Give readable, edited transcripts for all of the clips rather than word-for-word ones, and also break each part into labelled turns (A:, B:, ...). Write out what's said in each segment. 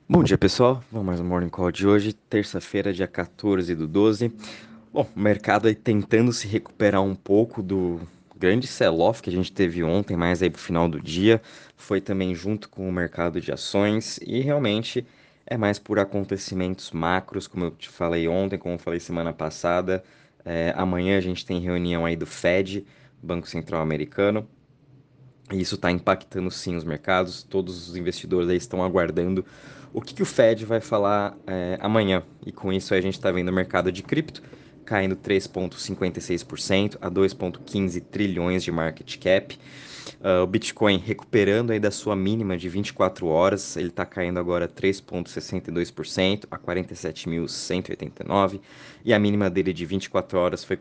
A: Bom dia, pessoal. Vamos mais um Morning Call de hoje, terça-feira, dia 14/12. Bom, o mercado aí tentando se recuperar um pouco do grande sell-off que a gente teve ontem, mais aí pro final do dia. Foi também junto com o mercado de ações e realmente é mais por acontecimentos macros, como eu te falei ontem, como eu falei semana passada. Amanhã a gente tem reunião aí do Fed, Banco Central Americano. E isso está impactando sim os mercados, todos os investidores aí estão aguardando o que o Fed vai falar amanhã. E com isso aí a gente está vendo o mercado de cripto caindo 3,56% a 2,15 trilhões de market cap. O Bitcoin recuperando aí da sua mínima de 24 horas, ele está caindo agora 3,62% a 47.189 e a mínima dele de 24 horas foi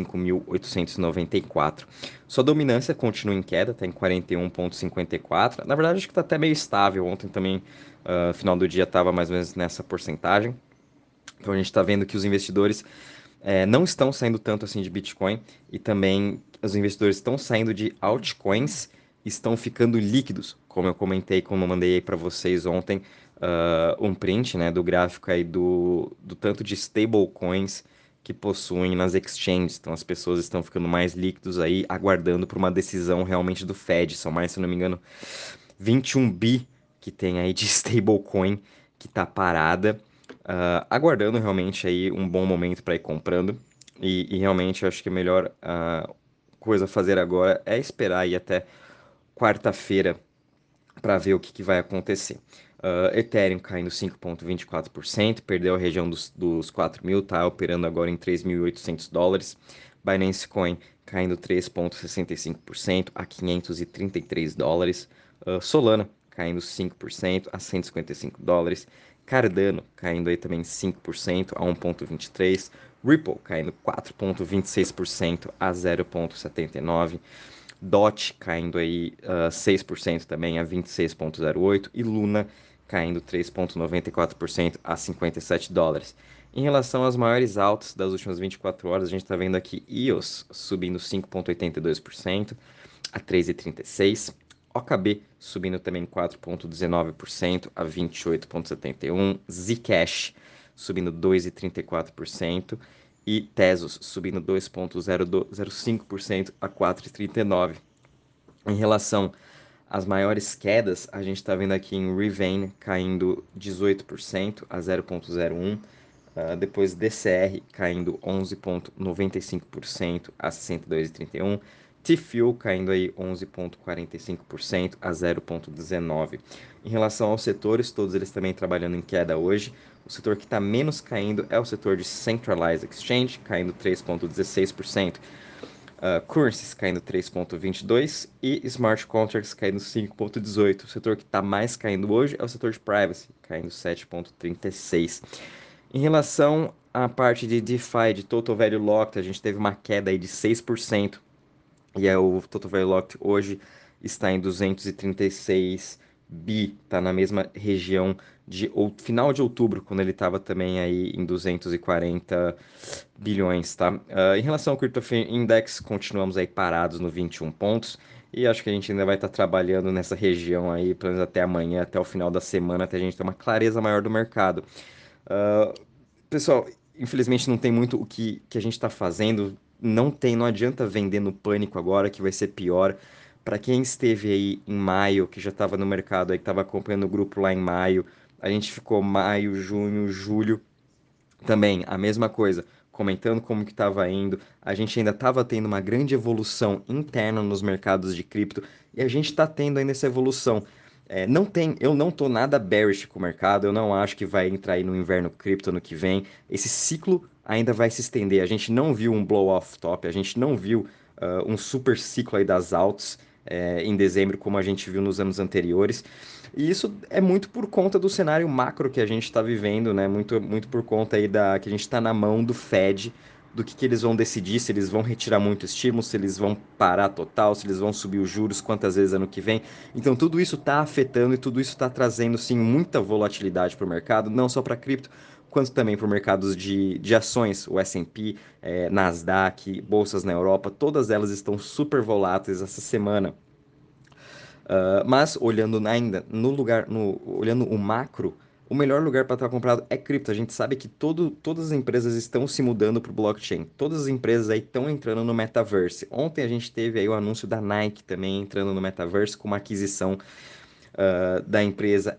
A: 45.894. Sua dominância continua em queda, está em 41,54. Na verdade, acho que está até meio estável. Ontem também, final do dia, estava mais ou menos nessa porcentagem. Então a gente está vendo que os investidores não estão saindo tanto assim de Bitcoin e também os investidores estão saindo de altcoins, estão ficando líquidos, como eu comentei, como eu mandei para vocês ontem, um print, né, do gráfico aí do tanto de stablecoins que possuem nas exchanges. Então as pessoas estão ficando mais líquidos aí, aguardando por uma decisão realmente do Fed. São mais, se não me engano, 21 bi que tem aí de stablecoin que está parada, aguardando realmente aí um bom momento para ir comprando. E realmente eu acho que a melhor coisa a fazer agora é esperar aí até quarta-feira para ver o que vai acontecer. Ethereum caindo 5,24%, perdeu a região dos 4 mil, tá operando agora em $3.800. Binance Coin caindo 3,65% a $533. Solana caindo 5% a $155. Cardano caindo aí também 5% a 1,23. Ripple caindo 4,26% a 0,79. DOT caindo aí 6% também a 26,08 e Luna caindo 3,94% a $57. Em relação às maiores altas das últimas 24 horas, a gente está vendo aqui EOS subindo 5,82% a 3,36. OKB subindo também 4,19% a 28,71. Zcash subindo 2,34% e Tesos subindo 2,05% a 4,39. Em relação às maiores quedas, a gente está vendo aqui em Rivain caindo 18% a 0,01%. Depois DCR caindo 11,95% a 62,31. T-Fuel caindo aí 11,45% a 0,19. Em relação aos setores, todos eles também trabalhando em queda hoje. O setor que está menos caindo é o setor de Centralized Exchange, caindo 3,16%. Currencies caindo 3,22% e Smart Contracts caindo 5,18%. O setor que está mais caindo hoje é o setor de Privacy, caindo 7,36%. Em relação à parte de DeFi, de Total Value Locked, a gente teve uma queda aí de 6%. E o Total Value Locked hoje está em 236 bi, está na mesma região de final de outubro, quando ele estava também aí em 240 bilhões, tá? Em relação ao Crypto Fear Index, continuamos aí parados no 21 pontos. E acho que a gente ainda vai estar trabalhando nessa região aí, pelo menos até amanhã, até o final da semana, até a gente ter uma clareza maior do mercado. Uh, Pessoal, infelizmente não tem muito o que a gente está fazendo. Não tem, não adianta vender no pânico agora, que vai ser pior. Para quem esteve aí em maio, que já estava no mercado, aí que estava acompanhando o grupo lá em maio, a gente ficou maio, junho, julho também a mesma coisa, comentando como que estava indo. A gente ainda estava tendo uma grande evolução interna nos mercados de cripto e a gente está tendo ainda essa evolução. Não tem, eu não tô nada bearish com o mercado, eu não acho que vai entrar aí no inverno cripto no que vem. Esse ciclo ainda vai se estender. A gente não viu um blow off top, a gente não viu um super ciclo aí das alts em dezembro como a gente viu nos anos anteriores. E isso é muito por conta do cenário macro que a gente está vivendo, né? Muito, muito por conta aí da que a gente está na mão do Fed, do que eles vão decidir, se eles vão retirar muito estímulo, se eles vão parar total, se eles vão subir os juros, quantas vezes ano que vem. Então tudo isso está afetando e tudo isso está trazendo sim muita volatilidade para o mercado, não só para cripto, quanto também para os mercados de ações, o S&P, Nasdaq, bolsas na Europa, todas elas estão super voláteis essa semana. Mas olhando ainda no lugar, olhando o macro, o melhor lugar para estar comprado é cripto. A gente sabe que todas as empresas estão se mudando para o blockchain. Todas as empresas aí estão entrando no metaverse. Ontem a gente teve aí o anúncio da Nike também entrando no metaverse com uma aquisição da empresa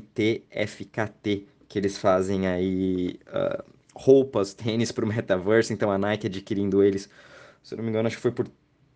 A: RTFKT, que eles fazem aí roupas, tênis para o metaverse. Então a Nike adquirindo eles, se eu não me engano, acho que foi por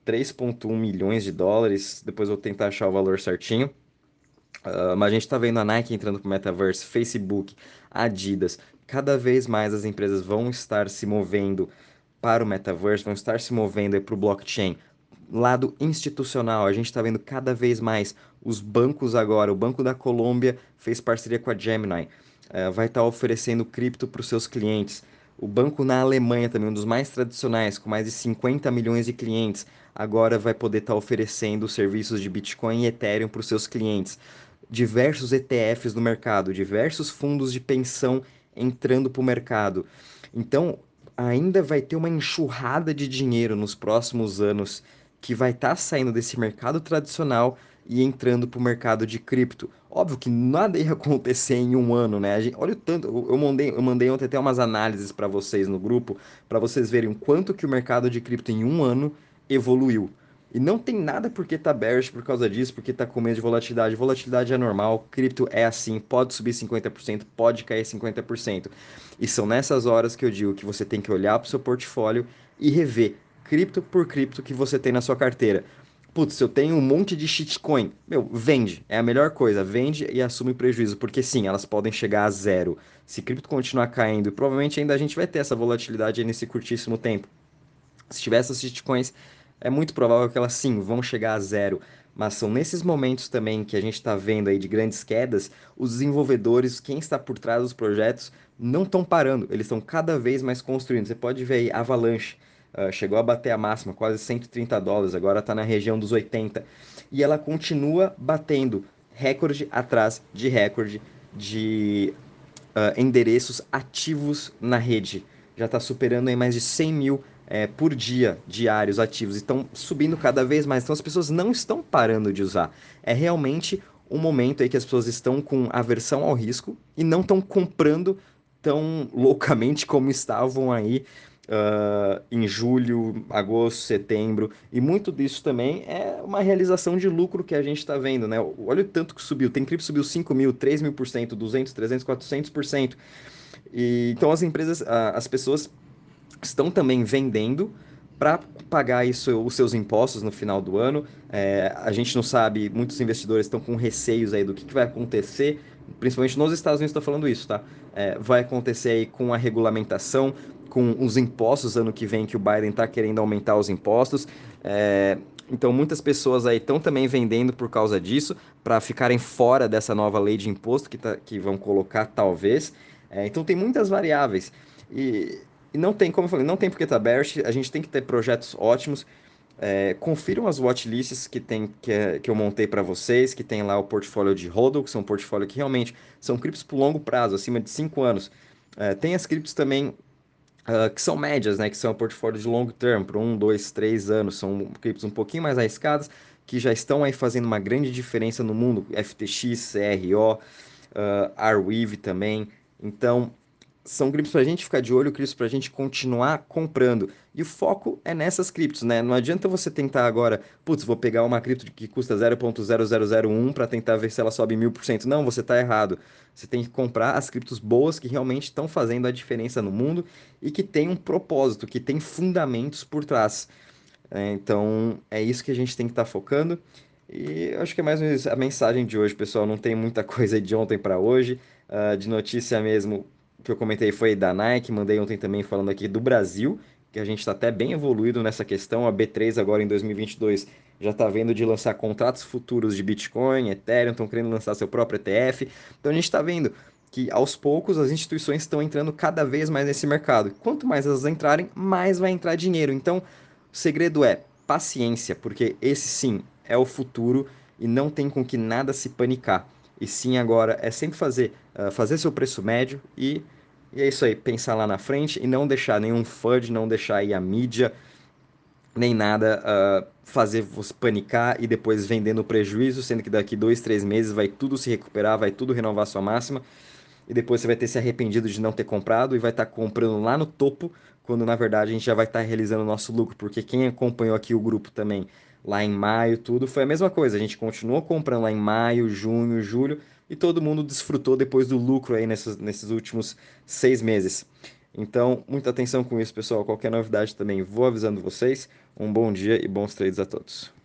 A: 3,1 milhões de dólares. Depois eu vou tentar achar o valor certinho. Mas a gente está vendo a Nike entrando para o metaverse, Facebook, Adidas. Cada vez mais as empresas vão estar se movendo para o metaverse, vão estar se movendo para o blockchain. Lado institucional, a gente está vendo cada vez mais os bancos agora. O Banco da Colômbia fez parceria com a Gemini, vai estar oferecendo cripto para os seus clientes. O banco na Alemanha, também um dos mais tradicionais, com mais de 50 milhões de clientes, agora vai poder estar oferecendo serviços de Bitcoin e Ethereum para os seus clientes. Diversos ETFs no mercado, diversos fundos de pensão entrando para o mercado. Então, ainda vai ter uma enxurrada de dinheiro nos próximos anos que vai estar saindo desse mercado tradicional e entrando para o mercado de cripto. Óbvio que nada ia acontecer em um ano, né? Olha o tanto, eu mandei ontem até umas análises para vocês no grupo, para vocês verem o quanto que o mercado de cripto em um ano evoluiu. E não tem nada porque tá bearish por causa disso, porque tá com medo de volatilidade. Volatilidade é normal, cripto é assim, pode subir 50%, pode cair 50%. E são nessas horas que eu digo que você tem que olhar para o seu portfólio e rever cripto por cripto que você tem na sua carteira. Putz, eu tenho um monte de shitcoin. Meu, vende. É a melhor coisa. Vende e assume prejuízo. Porque sim, elas podem chegar a zero. Se cripto continuar caindo, e provavelmente ainda a gente vai ter essa volatilidade aí nesse curtíssimo tempo. Se tiver essas shitcoins, é muito provável que elas sim vão chegar a zero. Mas são nesses momentos também que a gente está vendo aí de grandes quedas, os desenvolvedores, quem está por trás dos projetos, não estão parando, eles estão cada vez mais construindo. Você pode ver aí, Avalanche chegou a bater a máxima, quase 130 dólares, agora está na região dos 80. E ela continua batendo recorde atrás de recorde de endereços ativos na rede. Já está superando aí mais de 100 mil por dia diários ativos. Estão subindo cada vez mais. Então as pessoas não estão parando de usar. É realmente um momento aí que as pessoas estão com aversão ao risco e não estão comprando tão loucamente como estavam aí em julho, agosto, setembro. E muito disso também é uma realização de lucro que a gente está vendo, né? Olha o tanto que subiu. Tem cripto subiu 5 mil, 3 mil por cento, 200, 300, 400%. E, então as empresas, as pessoas estão também vendendo para pagar isso, os seus impostos no final do ano. A gente não sabe, muitos investidores estão com receios aí do que vai acontecer, principalmente nos Estados Unidos, estou falando isso, tá? Vai acontecer aí com a regulamentação, com os impostos ano que vem, que o Biden está querendo aumentar os impostos. Então, muitas pessoas aí estão também vendendo por causa disso, para ficarem fora dessa nova lei de imposto que vão colocar, talvez. Então, tem muitas variáveis. E não tem, como eu falei, não tem porque tá bearish, a gente tem que ter projetos ótimos. Confiram as watchlists que eu montei para vocês, que tem lá o portfólio de HODL, que são um portfólio que realmente são criptos por longo prazo, acima de 5 anos. Tem as criptos também que são médias, né, que são o portfólio de long term, por 1, 2, 3 anos. São criptos um pouquinho mais arriscadas, que já estão aí fazendo uma grande diferença no mundo. FTX, CRO, Arweave também. Então, são criptos para a gente ficar de olho, criptos para a gente continuar comprando. E o foco é nessas criptos, né? Não adianta você tentar agora, putz, vou pegar uma cripto que custa 0,0001 para tentar ver se ela sobe 1000%. Não, você está errado. Você tem que comprar as criptos boas que realmente estão fazendo a diferença no mundo e que tem um propósito, que tem fundamentos por trás. Então, é isso que a gente tem que estar focando. E eu acho que é mais ou menos a mensagem de hoje, pessoal. Não tem muita coisa de ontem para hoje. De notícia mesmo, que eu comentei foi da Nike. Mandei ontem também falando aqui do Brasil, que a gente está até bem evoluído nessa questão. A B3 agora em 2022 já está vendo de lançar contratos futuros de Bitcoin, Ethereum, estão querendo lançar seu próprio ETF. Então a gente está vendo que aos poucos as instituições estão entrando cada vez mais nesse mercado. Quanto mais elas entrarem, mais vai entrar dinheiro. Então, o segredo é paciência, porque esse sim é o futuro e não tem com que nada se panicar. E sim, agora é sempre fazer seu preço médio e é isso aí, pensar lá na frente e não deixar nenhum FUD, não deixar aí a mídia, nem nada fazer você panicar e depois vender no prejuízo, sendo que daqui 2, 3 meses vai tudo se recuperar, vai tudo renovar sua máxima. e depois você vai ter se arrependido de não ter comprado e vai estar comprando lá no topo, quando na verdade a gente já vai estar realizando o nosso lucro, porque quem acompanhou aqui o grupo também lá em maio, tudo foi a mesma coisa. A gente continuou comprando lá em maio, junho, julho e todo mundo desfrutou depois do lucro aí nesses últimos 6 meses. Então, muita atenção com isso, pessoal. Qualquer novidade também vou avisando vocês. Um bom dia e bons trades a todos.